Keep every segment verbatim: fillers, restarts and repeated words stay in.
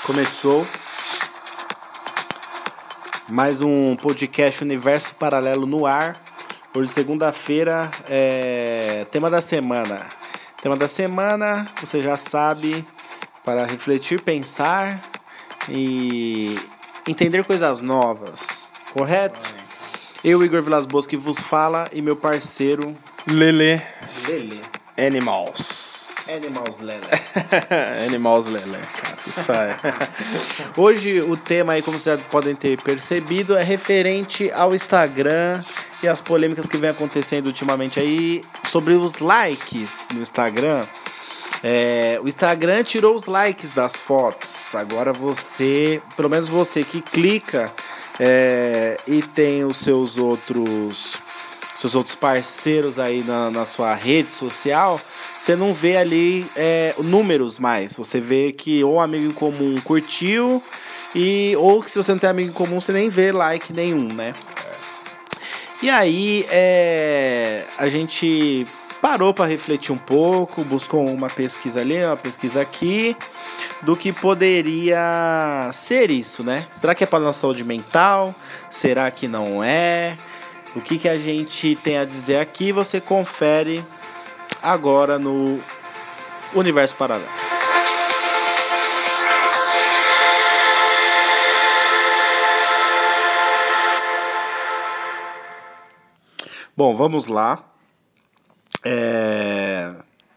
Começou mais um podcast Universo Paralelo no ar. Hoje, segunda-feira, é tema da semana. Tema da semana, você já sabe, para refletir, pensar e entender coisas novas, correto? Eu, Igor Vilas Boas, que vos fala, e meu parceiro... Lele. Lele. Animals. Animals Lele. Animals Lele, cara. Isso aí. Hoje o tema aí, como vocês podem ter percebido, é referente ao Instagram e as polêmicas que vem acontecendo ultimamente aí sobre os likes no Instagram. É, o Instagram tirou os likes das fotos. Agora você, pelo menos você que clica é, e tem os seus outros, seus outros parceiros aí na, na sua rede social, você não vê ali é, números mais. Você vê que ou amigo em comum curtiu, e, ou que se você não tem amigo em comum, você nem vê like nenhum, né? E aí, é, a gente parou para refletir um pouco, buscou uma pesquisa ali, uma pesquisa aqui, do que poderia ser isso, né? Será que é para nossa saúde mental? Será que não é? O que, que a gente tem a dizer aqui, você confere agora no Universo Paralelo. Bom, vamos lá. É...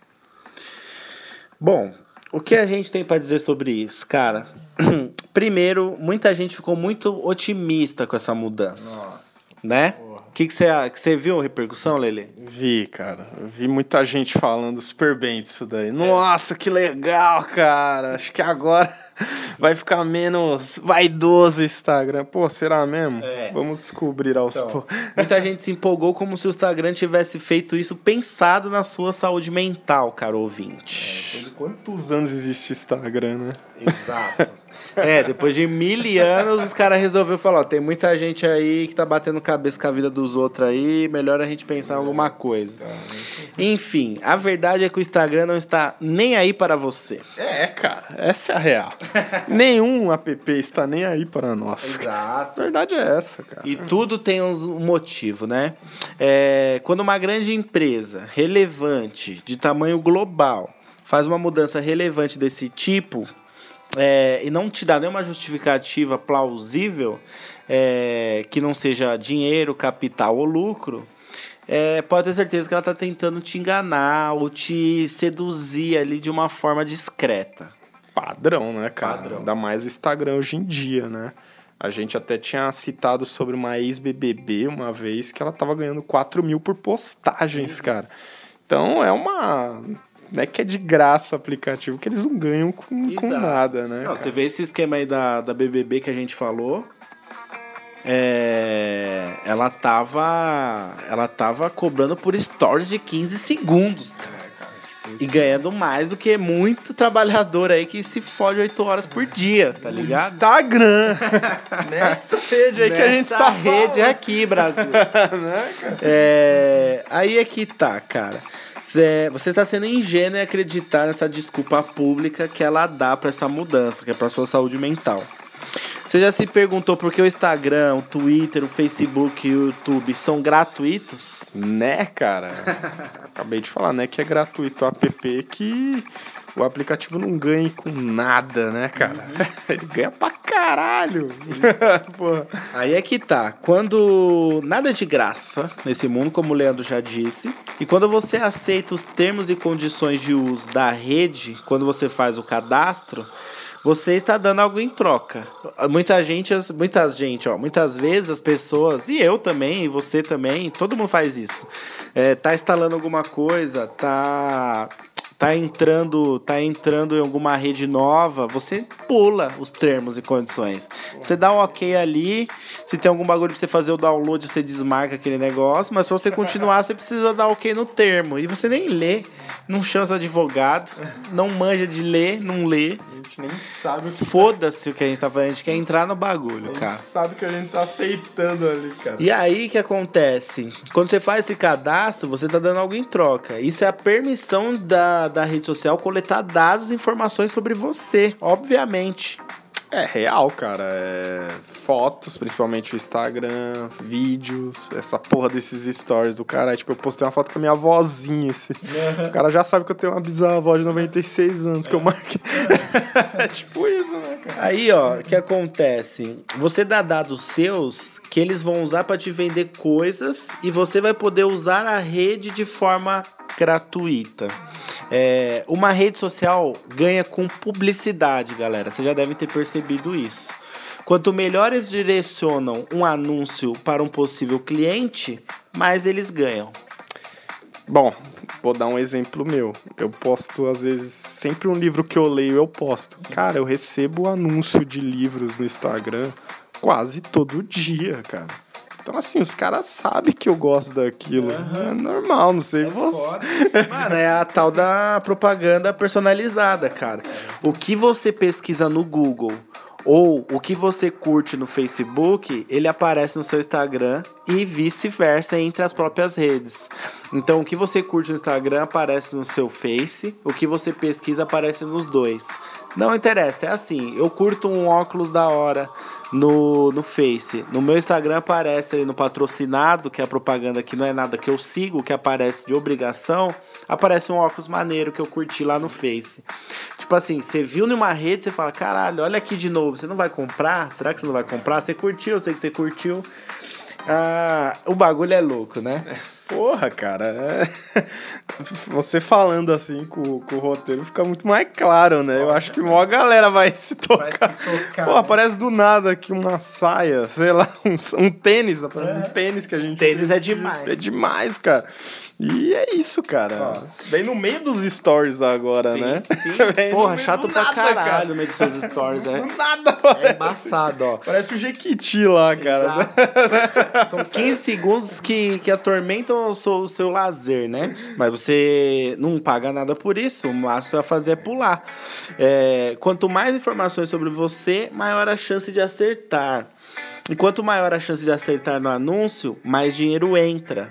Bom, o que a gente tem para dizer sobre isso, cara? Primeiro, muita gente ficou muito otimista com essa mudança. Nossa. Né? O que você que que viu a repercussão, Lele? Vi, cara. Vi muita gente falando super bem disso daí. Nossa, que legal, cara. Acho que agora vai ficar menos vaidoso o Instagram. Pô, será mesmo? É. Vamos descobrir aos Então, poucos. muita gente se empolgou como se o Instagram tivesse feito isso pensado na sua saúde mental, caro ouvinte. É, quantos anos existe Instagram, né? Exato. É, depois de mil anos, os caras resolveram falar, ó, tem muita gente aí que tá batendo cabeça com a vida dos outros aí, melhor a gente pensar em alguma coisa. Enfim, a verdade é que o Instagram não está nem aí para você. É, cara, essa é a real. Nenhum app está nem aí para nós. Exato. A verdade é essa, cara. E tudo tem um motivo, né? É, quando uma grande empresa relevante, de tamanho global, faz uma mudança relevante desse tipo... É, e não te dá nenhuma justificativa plausível, é, que não seja dinheiro, capital ou lucro, é, pode ter certeza que ela está tentando te enganar ou te seduzir ali de uma forma discreta. Padrão, né, cara? Padrão. Ainda mais o Instagram hoje em dia, né? A gente até tinha citado sobre uma ex-B B B uma vez que ela tava ganhando quatro mil por postagens, cara. Então é uma... Não é que é de graça o aplicativo, que eles não ganham com, com nada, né? Não, você vê esse esquema aí da, da B B B que a gente falou, é, ela tava ela tava cobrando por stories de quinze segundos, cara. E ganhando mais do que muito trabalhador aí que se fode oito horas por dia, tá ligado? Instagram! Nessa rede aí que a gente tá rede falando. aqui, Brasil. Né, cara? É, aí é que tá, cara. Você está sendo ingênuo em acreditar nessa desculpa pública que ela dá para essa mudança, que é para sua saúde mental. Você já se perguntou por que o Instagram, o Twitter, o Facebook e o YouTube são gratuitos? Né, cara? Acabei de falar, né, que é gratuito o app, que o aplicativo não ganha com nada, né, cara? Uhum. Ele ganha pra caralho. Porra. Aí é que tá. Quando nada é de graça nesse mundo, como o Leandro já disse, e quando você aceita os termos e condições de uso da rede, quando você faz o cadastro, você está dando algo em troca. Muita gente, muita gente, ó, muitas vezes as pessoas, e eu também, e você também, todo mundo faz isso. É, tá instalando alguma coisa, tá... Tá entrando, tá entrando em alguma rede nova, você pula os termos e condições. Você dá um ok ali, se tem algum bagulho pra você fazer o download, você desmarca aquele negócio, mas pra você continuar, você precisa dar ok no termo. E você nem lê, não chama seu advogado, não manja de ler, não lê. A gente nem sabe o que... Foda-se o que a gente tá fazendo, a gente quer entrar no bagulho, a cara. gente sabe o que a gente tá aceitando ali, cara. E aí, o que acontece? Quando você faz esse cadastro, você tá dando algo em troca. Isso é a permissão da, da rede social coletar dados e informações sobre você, obviamente. É real, cara. É fotos, principalmente o Instagram, vídeos, essa porra desses stories do cara. Tipo, eu postei uma foto com a minha avózinha. Esse. O cara já sabe que eu tenho uma bisavó de noventa e seis anos que eu marquei. É tipo isso, né, cara? Aí, ó, o que acontece? Você dá dados seus que eles vão usar pra te vender coisas e você vai poder usar a rede de forma gratuita. É, uma rede social ganha com publicidade, galera. Vocês já devem ter percebido isso. Quanto melhor eles direcionam um anúncio para um possível cliente, mais eles ganham. Bom, vou dar um exemplo meu. Eu posto, às vezes, sempre um livro que eu leio, eu posto. Cara, eu recebo anúncio de livros no Instagram quase todo dia, cara. Então, assim, os caras sabem que eu gosto daquilo. Uhum. É normal, não sei é você. Mano, é a tal da propaganda personalizada, cara. O que você pesquisa no Google ou o que você curte no Facebook, ele aparece no seu Instagram e vice-versa entre as próprias redes. Então, o que você curte no Instagram aparece no seu Face, o que você pesquisa aparece nos dois. Não interessa, é assim, eu curto um óculos da hora no, no Face. No meu Instagram aparece aí no patrocinado, que é a propaganda que não é nada que eu sigo, que aparece de obrigação, aparece um óculos maneiro que eu curti lá no Face. Tipo assim, você viu numa rede, você fala, caralho, olha aqui de novo, você não vai comprar? Será que você não vai comprar? Você curtiu, eu sei que você curtiu. Ah, o bagulho é louco, né? Porra, cara, é... você falando assim com, com o roteiro fica muito mais claro, né? Eu acho que a maior galera vai se tocar. Vai se tocar. Pô, aparece do nada aqui uma saia, sei lá, um, um tênis, é. um tênis que a gente... Tênis é demais. É demais, cara. E é isso, cara. Ó, vem no meio dos stories agora, sim, né? Sim, porra, chato pra nada, caralho cara. No meio dos seus stories. É. Do nada, parece. É embaçado, ó. Parece o Jequiti lá, cara. São quinze segundos que, que atormentam o seu, o seu lazer, né? Mas você não paga nada por isso. O máximo que você vai fazer é pular. É, quanto mais informações sobre você, maior a chance de acertar. E quanto maior a chance de acertar no anúncio, mais dinheiro entra.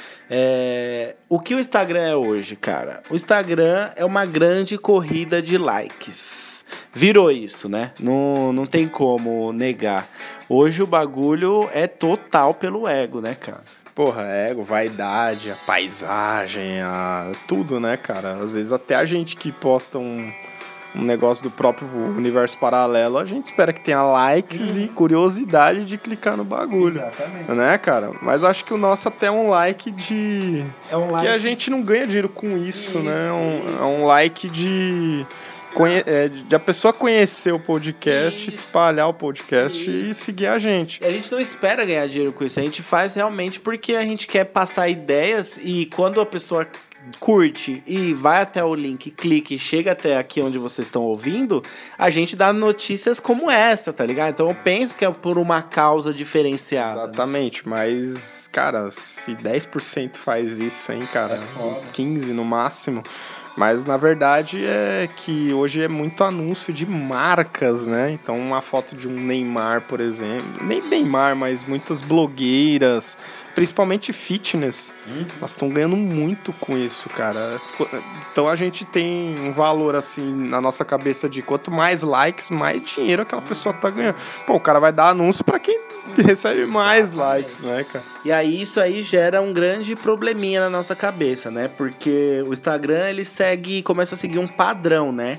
É, o que o Instagram é hoje, cara? O Instagram é uma grande corrida de likes. Virou isso, né? Não, não tem como negar. Hoje o bagulho é total pelo ego, né, cara? Porra, ego, vaidade, a paisagem, a... tudo, né, cara? Às vezes até a gente que posta um... um negócio do próprio universo paralelo, a gente espera que tenha likes uhum. e curiosidade de clicar no bagulho. Exatamente. Né, cara? Mas acho que o nosso até é um like de... É um like... que a gente não ganha dinheiro com isso, isso né? Um, é um like de... Conhe... É, de a pessoa conhecer o podcast, isso. espalhar o podcast isso. e seguir a gente. A gente não espera ganhar dinheiro com isso, a gente faz realmente porque a gente quer passar ideias e quando a pessoa curte e vai até o link, clica e chega até aqui onde vocês estão ouvindo, a gente dá notícias como essa, tá ligado? Então eu penso que é por uma causa diferenciada. Exatamente, né? Mas, cara, se dez por cento faz isso, hein, cara? É quinze por cento no máximo. Mas, na verdade, é que hoje é muito anúncio de marcas, né? Então, uma foto de um Neymar, por exemplo. Nem Neymar, mas muitas blogueiras, principalmente fitness. Hum. Elas estão ganhando muito com isso, cara. Então, a gente tem um valor, assim, na nossa cabeça de quanto mais likes, mais dinheiro aquela pessoa tá ganhando. Pô, o cara vai dar anúncio pra quem recebe mais likes, né, cara? E aí, isso aí gera um grande probleminha na nossa cabeça, né? Porque o Instagram, ele segue, começa a seguir um padrão, né?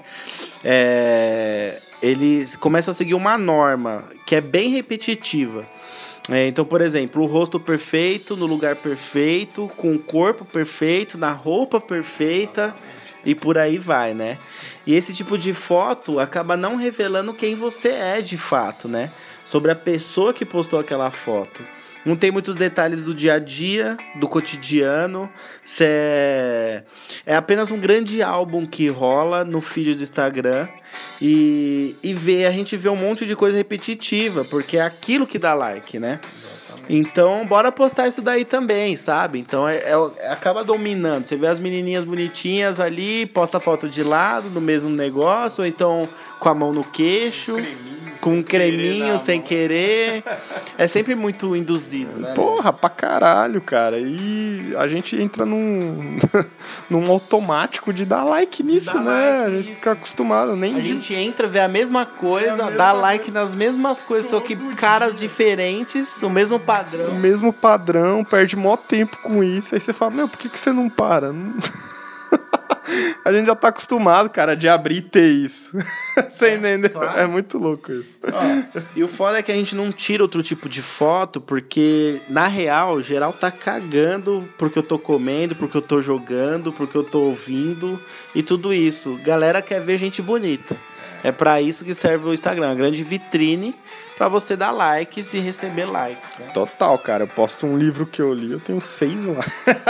É, ele começa a seguir uma norma que é bem repetitiva. É, então, por exemplo, o rosto perfeito, no lugar perfeito, com o corpo perfeito, na roupa perfeita e por aí vai, né? E esse tipo de foto acaba não revelando quem você é de fato, né? Sobre a pessoa que postou aquela foto. Não tem muitos detalhes do dia a dia, do cotidiano. Cê é... é apenas um grande álbum que rola no feed do Instagram. E, e vê, a gente vê um monte de coisa repetitiva, porque é aquilo que dá like, né? Exatamente. Então, bora postar isso daí também, sabe? Então, é, é, acaba dominando. Você vê as menininhas bonitinhas ali, posta foto de lado, no mesmo negócio, ou então com a mão no queixo. Creminho. com um creminho sem querer. É sempre muito induzido, né? Porra, pra caralho, cara. E a gente entra num, num automático de dar like nisso, Dá né? like A gente nisso. fica acostumado. Nem A de... gente entra, vê a mesma coisa, É a mesma dá like coisa. nas mesmas coisas, só que caras diferentes, o mesmo padrão. O mesmo padrão, perde mó tempo com isso. Aí você fala, meu, por que, que você não para? Não- A gente já tá acostumado, cara, de abrir e ter isso. Você entendeu? claro. É muito louco isso. Ó, e o foda é que a gente não tira outro tipo de foto, porque, na real, geral tá cagando porque eu tô comendo, porque eu tô jogando, porque eu tô ouvindo e tudo isso. Galera quer ver gente bonita. É pra isso que serve o Instagram, uma grande vitrine pra você dar likes e receber likes. Né? Total, cara. Eu posto um livro que eu li, eu tenho seis lá.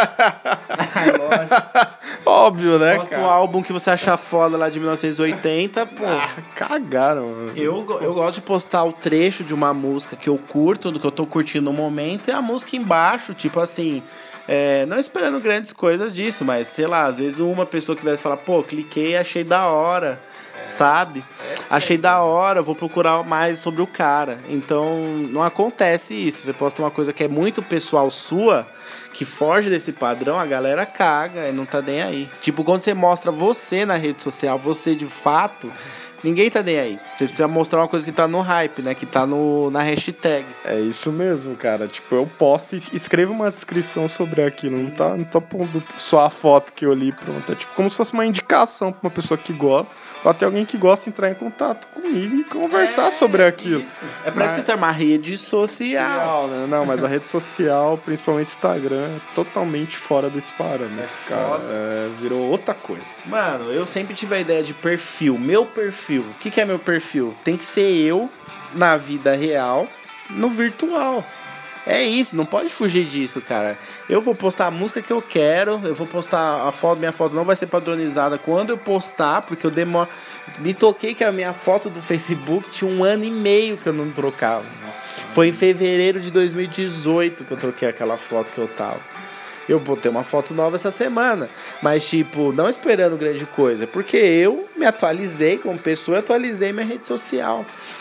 Óbvio, né, Posta cara? um álbum que você achar foda lá de mil novecentos e oitenta, pô. Cagaram, mano. Eu, go- eu gosto de postar o trecho de uma música que eu curto, do que eu tô curtindo no momento, e a música embaixo, tipo assim, é, não esperando grandes coisas disso, mas sei lá, às vezes uma pessoa que vai falar, pô, cliquei e achei da hora, sabe? Achei da hora, vou procurar mais sobre o cara. Então, não acontece isso. Você posta uma coisa que é muito pessoal sua, que foge desse padrão, a galera caga e não tá nem aí. Tipo, quando você mostra você na rede social, você de fato, ninguém tá nem aí. Você precisa mostrar uma coisa que tá no hype, né? Que tá no, na hashtag. É isso mesmo, cara. Tipo, eu posto e escrevo uma descrição sobre aquilo. Não tá, não tô pondo só a foto que eu li pronto. É tipo como se fosse uma indicação pra uma pessoa que gosta, ou até alguém que gosta entrar em contato comigo e conversar sobre aquilo. É pra isso que Mas- você é uma rede social. Social, né? Não, mas a rede social, principalmente Instagram, é totalmente fora desse parâmetro, cara. foda. É, virou outra coisa. Mano, eu sempre tive a ideia de perfil. Meu perfil. O que, que é meu perfil? Tem que ser eu na vida real, no virtual. É isso, não pode fugir disso, cara. Eu vou postar a música que eu quero, eu vou postar a foto, minha foto não vai ser padronizada quando eu postar, porque eu demoro. Me toquei que a minha foto do Facebook tinha um ano e meio que eu não trocava. Foi em fevereiro de dois mil e dezoito que eu troquei aquela foto que eu tava. Eu botei uma foto nova essa semana, mas tipo, não esperando grande coisa, porque eu me atualizei como pessoa, atualizei minha rede social.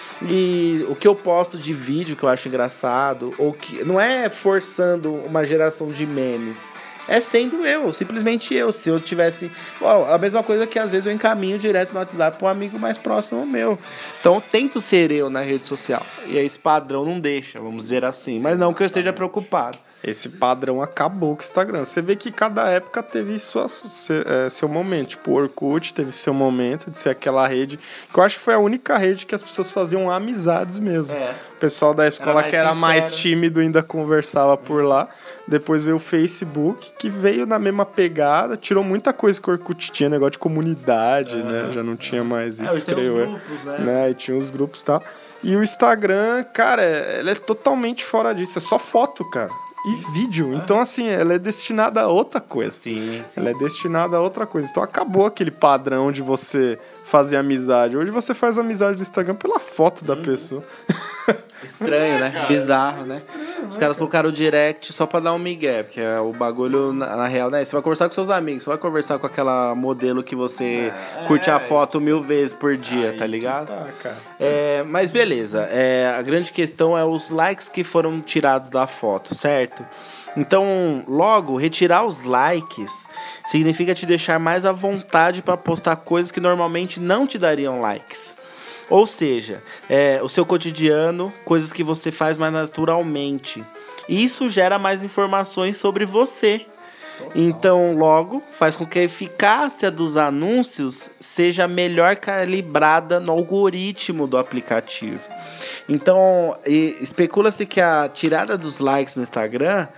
E o que eu posto de vídeo que eu acho engraçado, ou que não é forçando uma geração de memes, é sendo eu, simplesmente eu. Se eu tivesse. Ó, a mesma coisa que às vezes eu encaminho direto no WhatsApp para um amigo mais próximo meu. Então eu tento ser eu na rede social. E aí esse padrão não deixa, vamos dizer assim. Mas não que eu esteja preocupado. Esse padrão acabou com o Instagram. Você vê que cada época teve sua, se- é, seu momento. Tipo, o Orkut teve seu momento de ser aquela rede, que eu acho que foi a única rede que as pessoas faziam amizades mesmo. É. O pessoal da escola mais que era mais sincero. tímido ainda conversava por lá. Depois veio o Facebook, que veio na mesma pegada, tirou muita coisa que o Orkut tinha, negócio de comunidade, né? Já não tinha mais isso, hoje tem os creio eu. grupos, né? né? E tinha os grupos e tal. E o Instagram, cara, ele é totalmente fora disso. É só foto, cara. E vídeo. Então, assim, ela é destinada a outra coisa. Sim, sim. Ela é destinada a outra coisa. Então acabou aquele padrão de você fazer amizade. Hoje você faz amizade no Instagram pela foto da pessoa. Estranho, né? Bizarro, né? Os caras colocaram o direct só pra dar um migué, porque é o bagulho, na, na real, né? Você vai conversar com seus amigos, você vai conversar com aquela modelo que você curte a foto mil vezes por dia, tá ligado? Ah, cara. É, mas beleza, é, a grande questão é os likes que foram tirados da foto, certo? Então, logo, retirar os likes significa te deixar mais à vontade para postar coisas que normalmente não te dariam likes. Ou seja, é, o seu cotidiano, coisas que você faz mais naturalmente. E isso gera mais informações sobre você. Então, logo, faz com que a eficácia dos anúncios seja melhor calibrada no algoritmo do aplicativo. Então, e- especula-se que a tirada dos likes no Instagram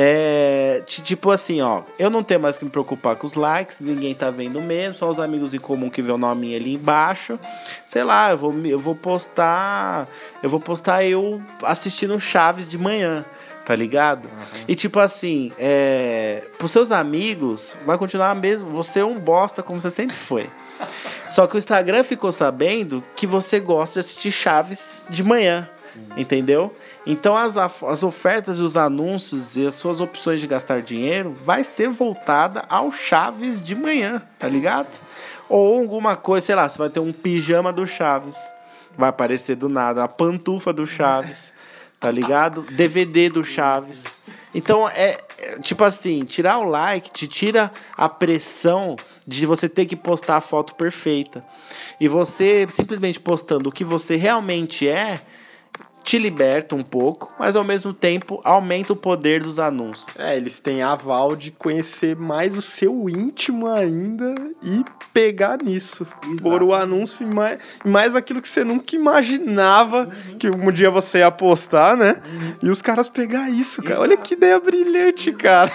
é ti- tipo assim, ó, eu não tenho mais que me preocupar com os likes, ninguém tá vendo mesmo, só os amigos em comum que vê o nominho ali embaixo. Sei lá, eu vou, me- eu vou postar, eu vou postar eu assistindo Chaves de manhã. Tá ligado? E tipo assim, é, pros seus amigos, vai continuar mesmo. Você é um bosta como você sempre foi. Só que o Instagram ficou sabendo que você gosta de assistir Chaves de manhã. Entendeu? Então as, af- as ofertas e os anúncios e as suas opções de gastar dinheiro vai ser voltada ao Chaves de manhã, tá ligado? Ou alguma coisa, sei lá, você vai ter um pijama do Chaves. vai aparecer do nada. A pantufa do Chaves, tá ligado? D V D do Chaves. Então, é, é tipo assim, tirar o like te tira a pressão de você ter que postar a foto perfeita. E você, simplesmente postando o que você realmente é, te liberta um pouco, mas ao mesmo tempo aumenta o poder dos anúncios. É, eles têm aval de conhecer mais o seu íntimo ainda e pegar nisso. Exato. Por o anúncio e mais, mais aquilo que você nunca imaginava uhum. que um dia você ia postar, né? Uhum. E os caras pegar isso, cara. Exato. Olha que ideia brilhante, Exato. cara.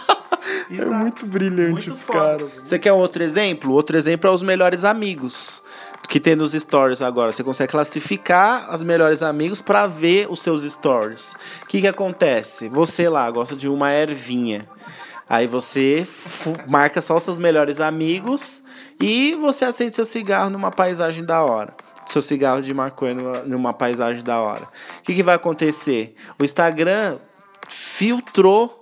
É muito brilhante muito os foda. caras. Você quer um outro exemplo? Outro exemplo é os melhores amigos. Que tem nos stories agora. Você consegue classificar os melhores amigos para ver os seus stories. O que que acontece? Você lá gosta de uma ervinha. Aí você f- marca só os seus melhores amigos e você acende seu cigarro numa paisagem da hora. Seu cigarro de maconha numa, numa paisagem da hora. O que que vai acontecer? O Instagram filtrou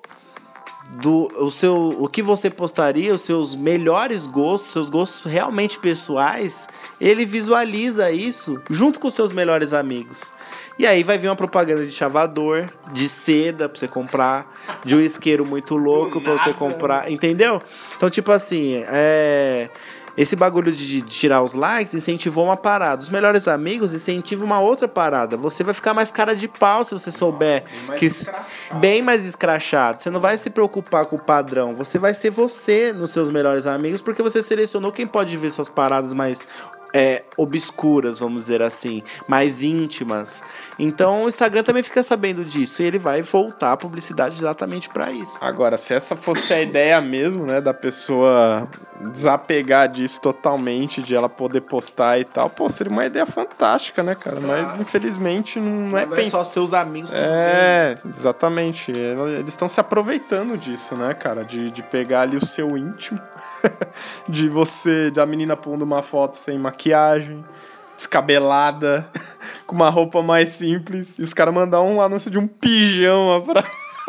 do o seu o que você postaria, os seus melhores gostos, seus gostos realmente pessoais, ele visualiza isso junto com os seus melhores amigos. E aí vai vir uma propaganda de chavador, de seda pra você comprar, de um isqueiro muito louco pra você comprar, entendeu? Então, tipo assim, é... esse bagulho de tirar os likes incentivou uma parada. Os melhores amigos incentivam uma outra parada. Você vai ficar mais cara de pau se você souber bem que bem mais escrachado. Você não vai se preocupar com o padrão. Você vai ser você nos seus melhores amigos porque você selecionou quem pode ver suas paradas mais é, obscuras, vamos dizer assim, mais íntimas. Então o Instagram também fica sabendo disso e ele vai voltar a publicidade exatamente para isso. Agora, se essa fosse a ideia mesmo, né, da pessoa desapegar disso totalmente, de ela poder postar e tal, pô, seria uma ideia fantástica, né, cara? Mas infelizmente não, não é pensar. É só seus amigos. É, exatamente. Eles estão se aproveitando disso, né, cara? De, de pegar ali o seu íntimo, de você, da menina pondo uma foto sem maquiagem, descabelada, com uma roupa mais simples, e os caras mandar um anúncio de um pijama pra...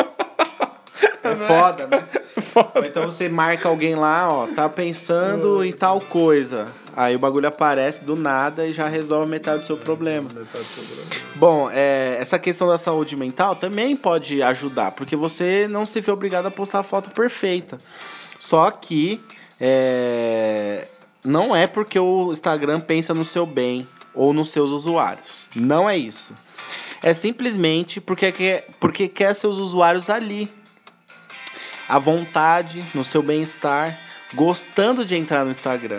É foda, né? Foda. Ou então você marca alguém lá, ó, tá pensando em tal coisa. Aí o bagulho aparece do nada e já resolve metade do seu problema. Metade do seu problema. Bom, é, essa questão da saúde mental também pode ajudar, porque você não se vê obrigado a postar a foto perfeita. Só que é, não é porque o Instagram pensa no seu bem ou nos seus usuários. Não é isso. É simplesmente porque quer, porque quer seus usuários ali. À vontade, no seu bem-estar, gostando de entrar no Instagram.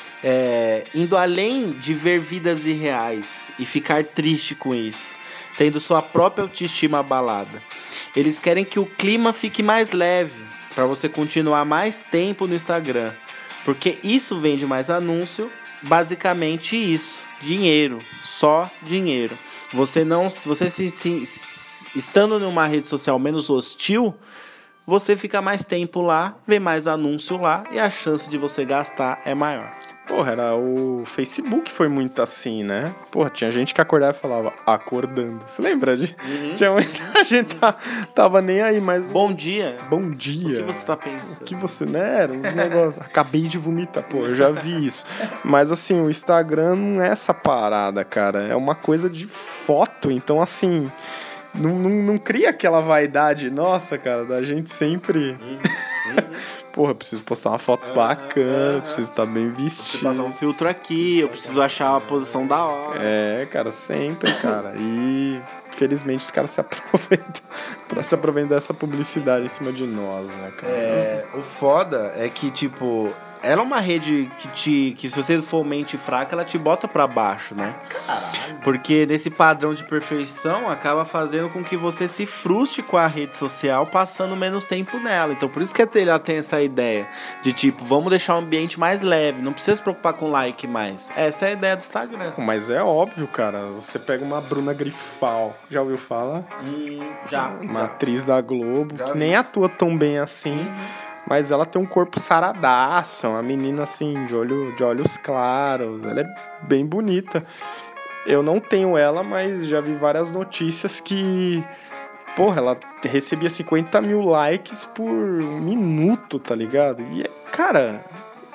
É, indo além de ver vidas irreais e ficar triste com isso, tendo sua própria autoestima abalada. Eles querem que o clima fique mais leve, para você continuar mais tempo no Instagram. Porque isso vende mais anúncio, basicamente isso. Dinheiro, só dinheiro. Você não, você se, se, se estando numa rede social menos hostil, você fica mais tempo lá, vê mais anúncio lá e a chance de você gastar é maior. Porra, era o Facebook foi muito assim, né? Porra, tinha gente que acordava e falava acordando. Você lembra de? Uhum. Tinha muita gente tá, tava nem aí, mas... Bom dia. Bom dia. O que você tá pensando? O que você, né? Era uns negócios... Acabei de vomitar, pô, eu já vi isso. Mas assim, o Instagram não é essa parada, cara. É uma coisa de foto, então assim... Não, não, não cria aquela vaidade nossa, cara, da gente sempre... Uhum, uhum. Porra, eu preciso postar uma foto uhum, bacana, uhum. preciso estar bem vestido. Preciso passar um filtro aqui, eu preciso achar uma posição da hora. É, cara, sempre, cara. E, felizmente, os caras se aproveitam pra se aproveitar dessa publicidade em cima de nós, né, cara? É, o foda é que, tipo... Ela é uma rede que, te, que se você for mente fraca, ela te bota pra baixo, né? Caralho. Porque nesse padrão de perfeição, acaba fazendo com que você se frustre com a rede social, passando menos tempo nela. Então, por isso que ela tem essa ideia de, tipo, vamos deixar o ambiente mais leve, não precisa se preocupar com like mais. Essa é a ideia do Instagram. Mas é óbvio, cara. Você pega uma Bruna Grifal, já ouviu falar? Hum, já. Uma já. atriz da Globo, já que vi. nem atua tão bem assim. Uhum. Mas ela tem um corpo saradaço, uma menina assim, de, olho, de olhos claros, ela é bem bonita. Eu não tenho ela, mas já vi várias notícias que, porra, ela recebia cinquenta mil likes por um minuto, tá ligado? E, cara,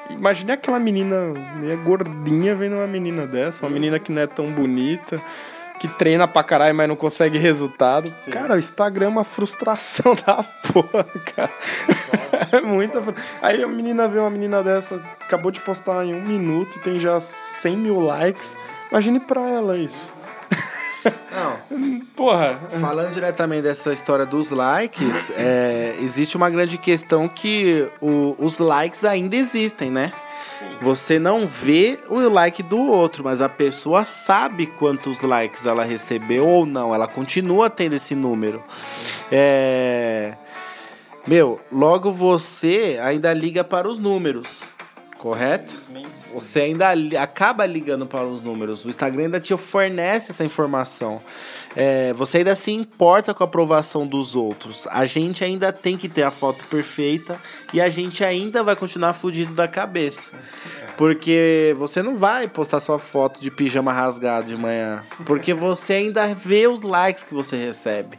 imagine aquela menina meio gordinha vendo uma menina dessa, uma menina que não é tão bonita, que treina pra caralho, mas não consegue resultado. Sim. Cara, o Instagram é uma frustração da porra, cara. É muita frustração. Aí a menina vê uma menina dessa, acabou de postar em um minuto e tem já cem mil likes. Imagine pra ela isso. Não. Porra. Falando diretamente dessa história dos likes, é, existe uma grande questão que o, os likes ainda existem, né? Sim. Você não vê o like do outro, mas a pessoa sabe quantos likes ela recebeu ou não. Ela continua tendo esse número. É... Meu, logo você ainda liga para os números. Correto? Você ainda li- acaba ligando para os números. O Instagram ainda te fornece essa informação. É, você ainda se importa com a aprovação dos outros. A gente ainda tem que ter a foto perfeita e a gente ainda vai continuar fudido da cabeça. Porque você não vai postar sua foto de pijama rasgado de manhã. Porque você ainda vê os likes que você recebe.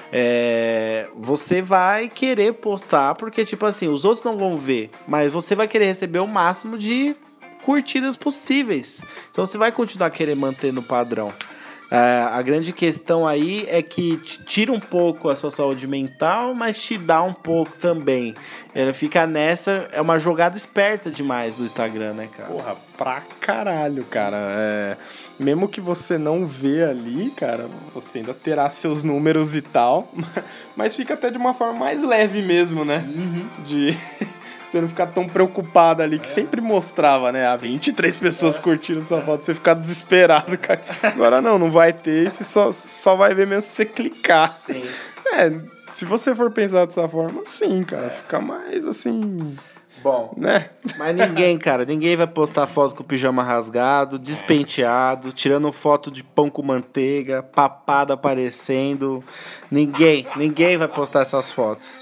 É, você vai querer postar porque, tipo assim, os outros não vão ver, mas você vai querer receber o máximo de curtidas possíveis. Então você vai continuar querendo manter no padrão. É, a grande questão aí é que te tira um pouco a sua saúde mental, mas te dá um pouco também. Ela fica nessa, é uma jogada esperta demais do Instagram, né, cara? Porra, pra caralho, cara. É, mesmo que você não vê ali, cara, você ainda terá seus números e tal, mas fica até de uma forma mais leve mesmo, né? Uhum. De você não ficar tão preocupado ali, que é. sempre mostrava, né? A vinte e três pessoas é. curtindo sua foto, você ficar desesperado, cara. Agora não, não vai ter, você só, só vai ver mesmo se você clicar. Sim. É, se você for pensar dessa forma, sim, cara, é. fica mais assim... Bom, né? Mas ninguém, cara, ninguém vai postar foto com o pijama rasgado, despenteado, tirando foto de pão com manteiga, papada aparecendo. Ninguém, ninguém vai postar essas fotos.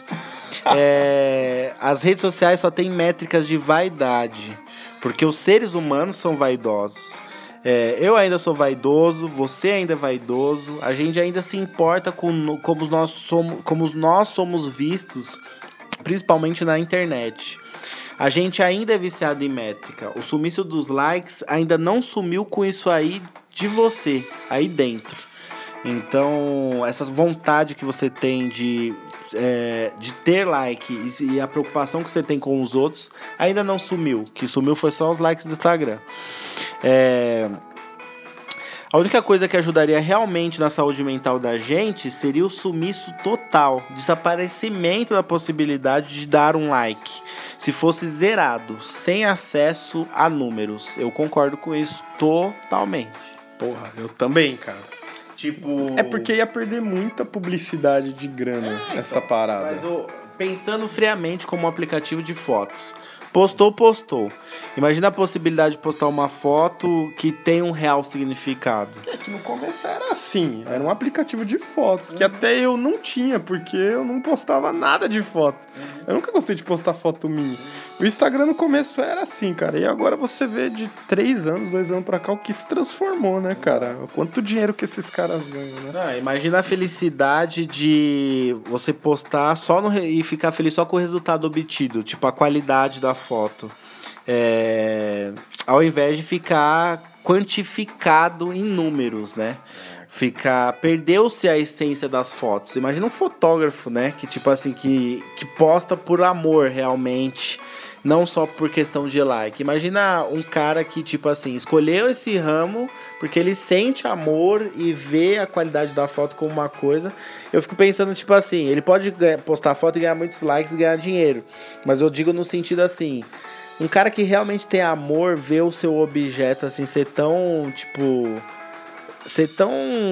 É, as redes sociais só tem métricas de vaidade, porque os seres humanos são vaidosos. É, eu ainda sou vaidoso, você ainda é vaidoso, a gente ainda se importa com como nós somos, como nós somos vistos, principalmente na internet. A gente ainda é viciado em métrica. O sumiço dos likes ainda não sumiu com isso aí de você, aí dentro. Então, essa vontade que você tem de, é, de ter like e a preocupação que você tem com os outros ainda não sumiu. O que sumiu foi só os likes do Instagram. É... A única coisa que ajudaria realmente na saúde mental da gente seria o sumiço total, desaparecimento da possibilidade de dar um like. Se fosse zerado, sem acesso a números. Eu concordo com isso totalmente. Porra, eu também, cara. Tipo... É porque ia perder muita publicidade de grana é, essa então, parada. Mas eu, pensando friamente como um aplicativo de fotos. Postou, postou. Imagina a possibilidade de postar uma foto que tem um real significado. É que no começo era assim, era um aplicativo de fotos, que até eu não tinha, porque eu não postava nada de foto. Eu nunca gostei de postar foto minha. O Instagram no começo era assim, cara, e agora você vê de três anos, dois anos pra cá o que se transformou, né, cara? Quanto dinheiro que esses caras ganham, né? Não, imagina a felicidade de você postar só no, e ficar feliz só com o resultado obtido, tipo a qualidade da foto. É, ao invés de ficar quantificado em números, né? Ficar, perdeu-se a essência das fotos. Imagina um fotógrafo, né? Que tipo assim, que, que posta por amor realmente, não só por questão de like. Imagina um cara que tipo assim, escolheu esse ramo porque ele sente amor e vê a qualidade da foto como uma coisa. Eu fico pensando tipo assim, ele pode postar foto e ganhar muitos likes e ganhar dinheiro, mas eu digo no sentido assim, um cara que realmente tem amor, vê o seu objeto assim ser tão, tipo, ser tão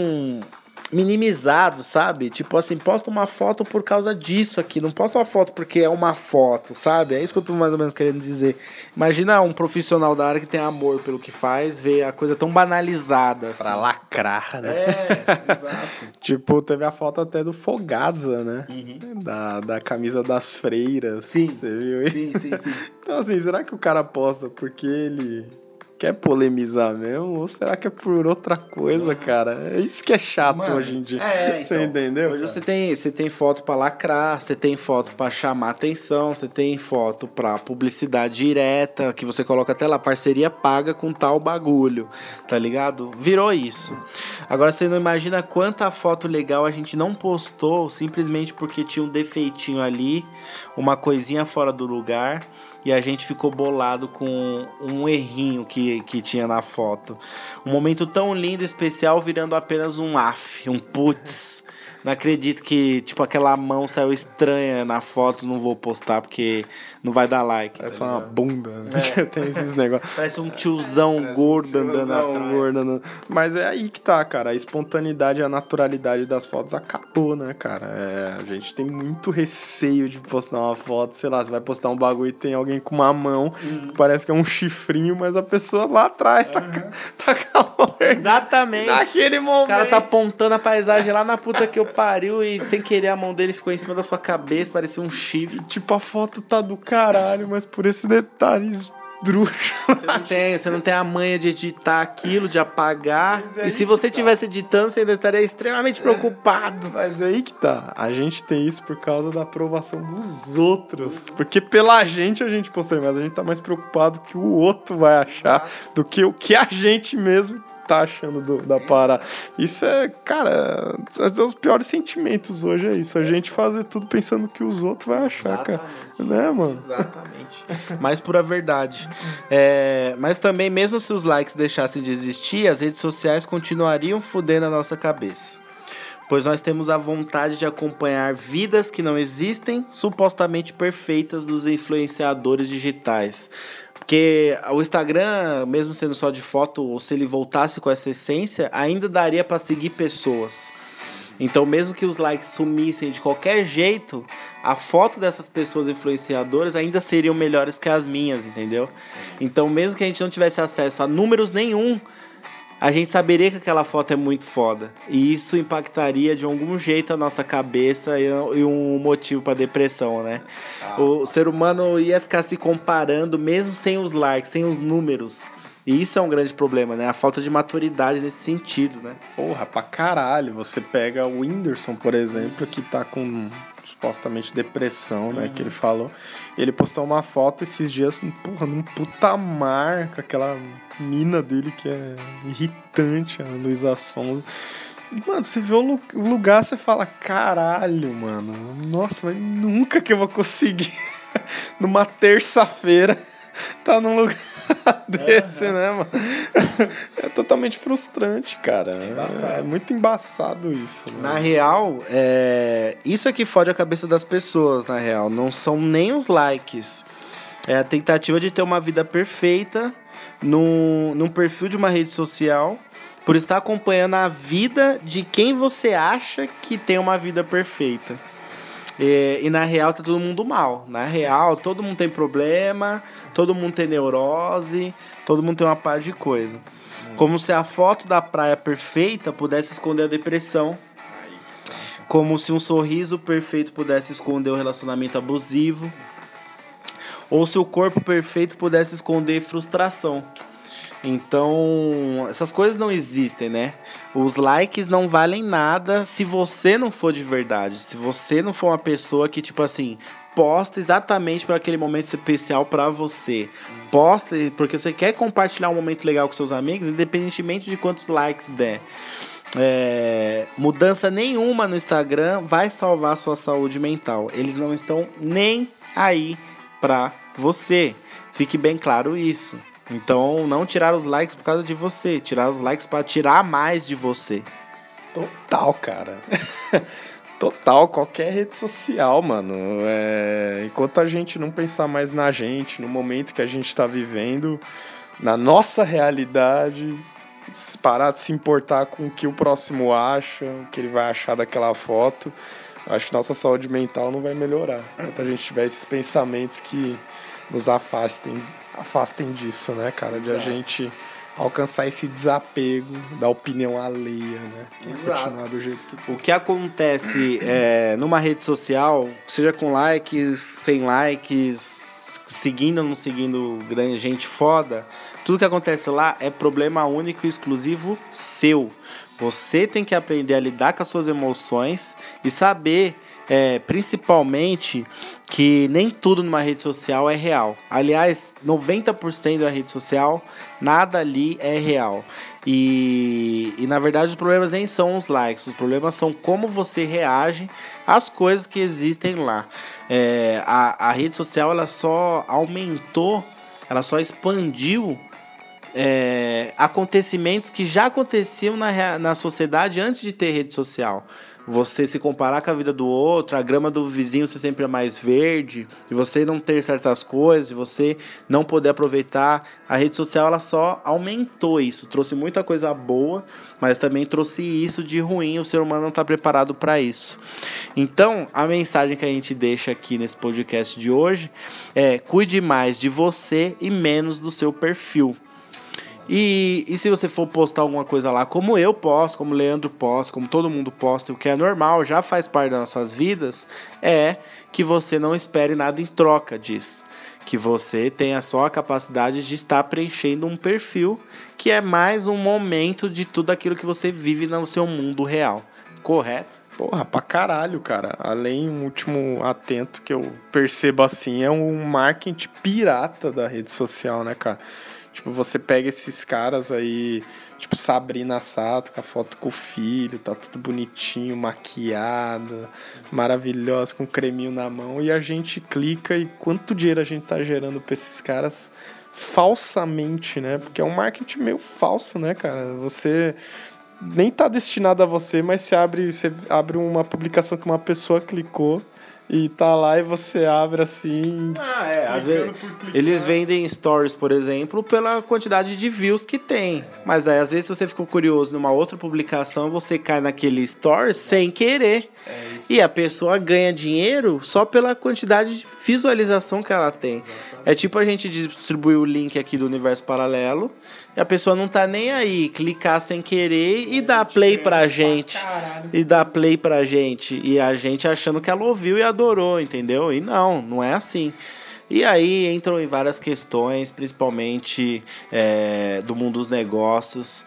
minimizado, sabe? Tipo assim, posta uma foto por causa disso aqui, não posta uma foto porque é uma foto, sabe? É isso que eu tô mais ou menos querendo dizer. Imagina um profissional da área que tem amor pelo que faz, ver a coisa tão banalizada, assim. Pra lacrar, né? É, exato. Tipo, teve a foto até do Fogazza, né? Uhum. Da, da camisa das freiras. Sim. Você viu aí? Sim, sim, sim. Então, assim, será que o cara posta porque ele quer polemizar mesmo? Ou será que é por outra coisa, cara? É isso que é chato Mano, hoje em dia. É, você então, entendeu? Hoje você tem, você tem foto pra lacrar, você tem foto pra chamar atenção, você tem foto pra publicidade direta, que você coloca até lá, parceria paga com tal bagulho, tá ligado? Virou isso. Agora você não imagina quanta foto legal a gente não postou simplesmente porque tinha um defeitinho ali, uma coisinha fora do lugar, e a gente ficou bolado com um errinho que, que tinha na foto. Um momento tão lindo e especial virando apenas um af, um putz. Não acredito que, tipo, aquela mão saiu estranha na foto, não vou postar porque não vai dar like. Parece tá uma bunda, né? É. Tem esses negócios. Parece um tiozão Parece gordo um tiozão andando atrás. Gordo andando. Mas é aí que tá, cara. A espontaneidade e a naturalidade das fotos acabou, né, cara? É, a gente tem muito receio de postar uma foto, sei lá, você vai postar um bagulho e tem alguém com uma mão uhum. que parece que é um chifrinho, mas a pessoa lá atrás uhum. tá, tá calma. Exatamente. Naquele momento. O cara tá apontando a paisagem lá na puta que eu pariu e sem querer a mão dele ficou em cima da sua cabeça, parecia um chifre. Tipo, a foto tá do caralho, mas por esse detalhe esdrúxulo. Você não tem, você não tem a manha de editar aquilo, de apagar. É e se você estivesse tá. editando, você ainda estaria extremamente preocupado. Mas é aí que tá. A gente tem isso por causa da aprovação dos outros. Porque pela gente a gente postou, mas a gente tá mais preocupado que o outro vai achar do que o que a gente mesmo tá achando do, da parada. Isso é, cara, são os piores sentimentos hoje, é isso. A gente fazer tudo pensando que os outros vão achar, Exatamente. cara. Né, mano? Exatamente. Mais pura verdade. É, mas também, mesmo se os likes deixassem de existir, as redes sociais continuariam fudendo a nossa cabeça. Pois nós temos a vontade de acompanhar vidas que não existem, supostamente perfeitas dos influenciadores digitais. Porque o Instagram, mesmo sendo só de foto, ou se ele voltasse com essa essência, ainda daria para seguir pessoas. Então, mesmo que os likes sumissem de qualquer jeito, a foto dessas pessoas influenciadoras ainda seriam melhores que as minhas, entendeu? Então, mesmo que a gente não tivesse acesso a números nenhum, a gente saberia que aquela foto é muito foda. E isso impactaria de algum jeito a nossa cabeça e um motivo para depressão, né? Ah. O ser humano ia ficar se comparando mesmo sem os likes, sem os números. E isso é um grande problema, né? A falta de maturidade nesse sentido, né? Porra, pra caralho. Você pega o Whindersson, por exemplo, que tá com supostamente depressão, né? Uhum. Que ele falou. Ele postou uma foto esses dias, porra, num puta mar, com aquela mina dele que é irritante, a Luísa Sonza. Mano, você vê o lugar, você fala, caralho, mano. Nossa, mas nunca que eu vou conseguir numa terça-feira tá num lugar desse, uhum. né, mano? É totalmente frustrante, cara. É, é muito embaçado isso. Mano. Na real, é... isso é que fode a cabeça das pessoas, na real. Não são nem os likes. É a tentativa de ter uma vida perfeita num, num perfil de uma rede social, por estar acompanhando a vida de quem você acha que tem uma vida perfeita. E, e na real tá todo mundo mal. Na real, todo mundo tem problema, todo mundo tem neurose, todo mundo tem uma par de coisa. Hum. Como se a foto da praia perfeita pudesse esconder a depressão. Como se um sorriso perfeito pudesse esconder o relacionamento abusivo. Ou se o corpo perfeito pudesse esconder frustração. Então, essas coisas não existem, né? Os likes não valem nada se você não for de verdade. Se você não for uma pessoa que, tipo assim, posta exatamente para aquele momento especial para você. Posta porque você quer compartilhar um momento legal com seus amigos, independentemente de quantos likes der. É, mudança nenhuma no Instagram vai salvar a sua saúde mental. Eles não estão nem aí pra você. Fique bem claro isso. Então, não tirar os likes por causa de você. Tirar os likes para tirar mais de você. Total, cara. Total, qualquer rede social, mano. É... Enquanto a gente não pensar mais na gente, no momento que a gente tá vivendo, na nossa realidade, parar de se importar com o que o próximo acha, o que ele vai achar daquela foto, acho que nossa saúde mental não vai melhorar. Enquanto a gente tiver esses pensamentos que nos afastem, afastem disso, né, cara? De a gente alcançar esse desapego da opinião alheia, né? E continuar do jeito que... O que acontece é, numa rede social, seja com likes, sem likes, seguindo ou não seguindo grande gente foda, Tudo que acontece lá é problema único e exclusivo seu. Você tem que aprender a lidar com as suas emoções e saber, é, principalmente, que nem tudo numa rede social é real. Aliás, noventa por cento da rede social, nada ali é real. E, e na verdade os problemas nem são os likes, os problemas são como você reage às coisas que existem lá. É, a, a rede social ela só aumentou, ela só expandiu é, acontecimentos que já aconteciam na, na sociedade antes de ter rede social. Você se comparar com a vida do outro, a grama do vizinho ser sempre mais verde, de você não ter certas coisas, de você não poder aproveitar. A rede social ela só aumentou isso, trouxe muita coisa boa, mas também trouxe isso de ruim, o ser humano não está preparado para isso. Então, a mensagem que a gente deixa aqui nesse podcast de hoje é: cuide mais de você e menos do seu perfil. E, e se você for postar alguma coisa lá, como eu posto, como o Leandro posta, como todo mundo posta, o que é normal, já faz parte das nossas vidas, é que você não espere nada em troca disso. Que você tenha só a capacidade de estar preenchendo um perfil, que é mais um momento de tudo aquilo que você vive no seu mundo real. Correto? Porra, pra caralho, cara. Além, um último atento que eu percebo assim, é um marketing pirata da rede social, né, cara? Tipo, você pega esses caras aí, tipo Sabrina Sato, com a foto com o filho, tá tudo bonitinho, maquiada, maravilhosa, com um creminho na mão, e a gente clica e quanto dinheiro a gente tá gerando pra esses caras falsamente, né? Porque é um marketing meio falso, né, cara? Você nem tá destinado a você, mas você abre, você abre uma publicação que uma pessoa clicou e tá lá e você abre assim. Ah, é. Às vezes eles vendem stories, por exemplo, pela quantidade de views que tem. Mas aí, às vezes, se você ficou curioso numa outra publicação, você cai naquele story sem querer. É isso. E a pessoa ganha dinheiro só pela quantidade de visualização que ela tem. Exatamente. É tipo a gente distribuir o link aqui do Universo Paralelo e a pessoa não tá nem aí, clicar sem querer e dar play pra gente. E dar play pra gente. E a gente achando que ela ouviu e adorou, entendeu? E não, não é assim. E aí entram em várias questões, principalmente é, do mundo dos negócios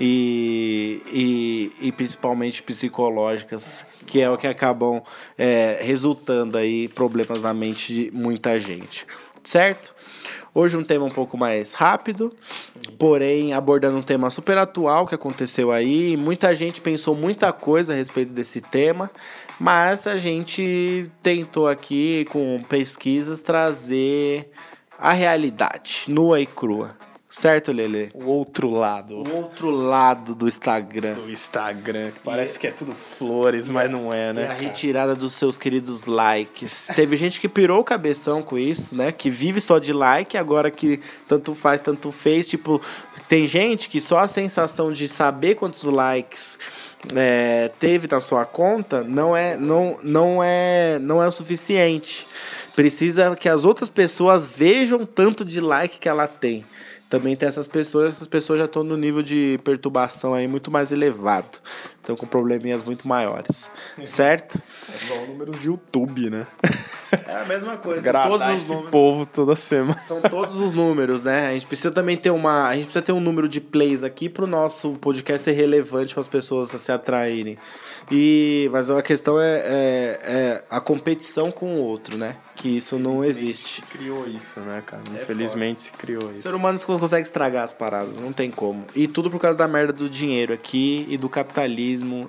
e, e, e principalmente psicológicas, que é o que acabam é, resultando aí problemas na mente de muita gente. Certo? Hoje um tema um pouco mais rápido, porém abordando um tema super atual que aconteceu aí. Muita gente pensou muita coisa a respeito desse tema, mas a gente tentou aqui com pesquisas trazer a realidade nua e crua. Certo, Lelê? O outro lado. O outro lado do Instagram. Do Instagram, que parece e... que é tudo flores, mas não é, né? É a retirada dos seus queridos likes. Teve gente que pirou o cabeção com isso, né? Que vive só de like, agora que tanto faz, tanto fez. Tipo, tem gente que só a sensação de saber quantos likes é, teve na sua conta não é, não, não, é, não é o suficiente. Precisa que as outras pessoas vejam tanto de like que ela tem. Também tem essas pessoas, essas pessoas já estão no nível de perturbação aí muito mais elevado. Estão com probleminhas muito maiores. Certo? É igual números de YouTube, né? É a mesma coisa. Agradar todos os esse números, povo toda semana. São todos os números, né? A gente precisa também ter uma... A gente precisa ter um número de plays aqui para o nosso podcast ser relevante para as pessoas se atraírem. E, mas a questão é, é, é a competição com o outro, né? Que isso não existe. Se criou isso, né, cara? É Infelizmente foda. Se criou isso. O ser humano não consegue estragar as paradas, não tem como. E tudo por causa da merda do dinheiro aqui e do capitalismo.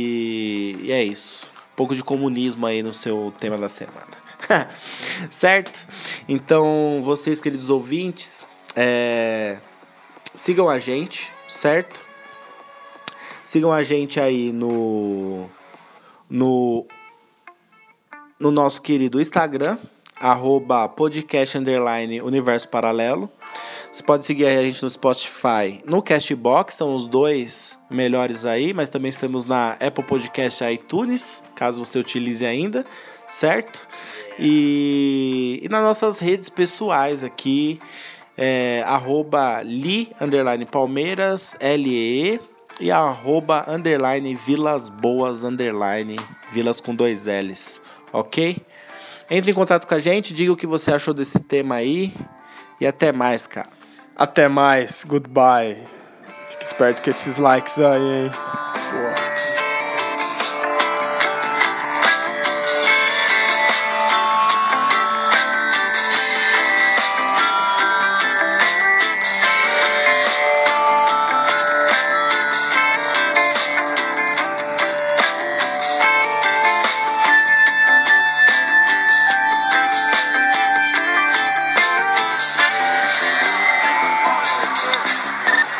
E, e é isso. Um pouco de comunismo aí no seu tema da semana. Certo? Então, vocês, queridos ouvintes, é... sigam a gente, certo? Sigam a gente aí no, no, no nosso querido Instagram, arroba podcast underline universo paralelo. Você pode seguir a gente no Spotify, no Castbox, são os dois melhores aí, mas também estamos na Apple Podcast e iTunes, caso você utilize ainda, certo? E, e nas nossas redes pessoais aqui, é, arroba li, underline palmeiras, L E E, e arroba, underline, vilas boas, underline, vilas com dois L's, ok? Entre em contato com a gente, diga o que você achou desse tema aí, e até mais, cara. Até mais, goodbye. Fique esperto com esses likes aí, hein?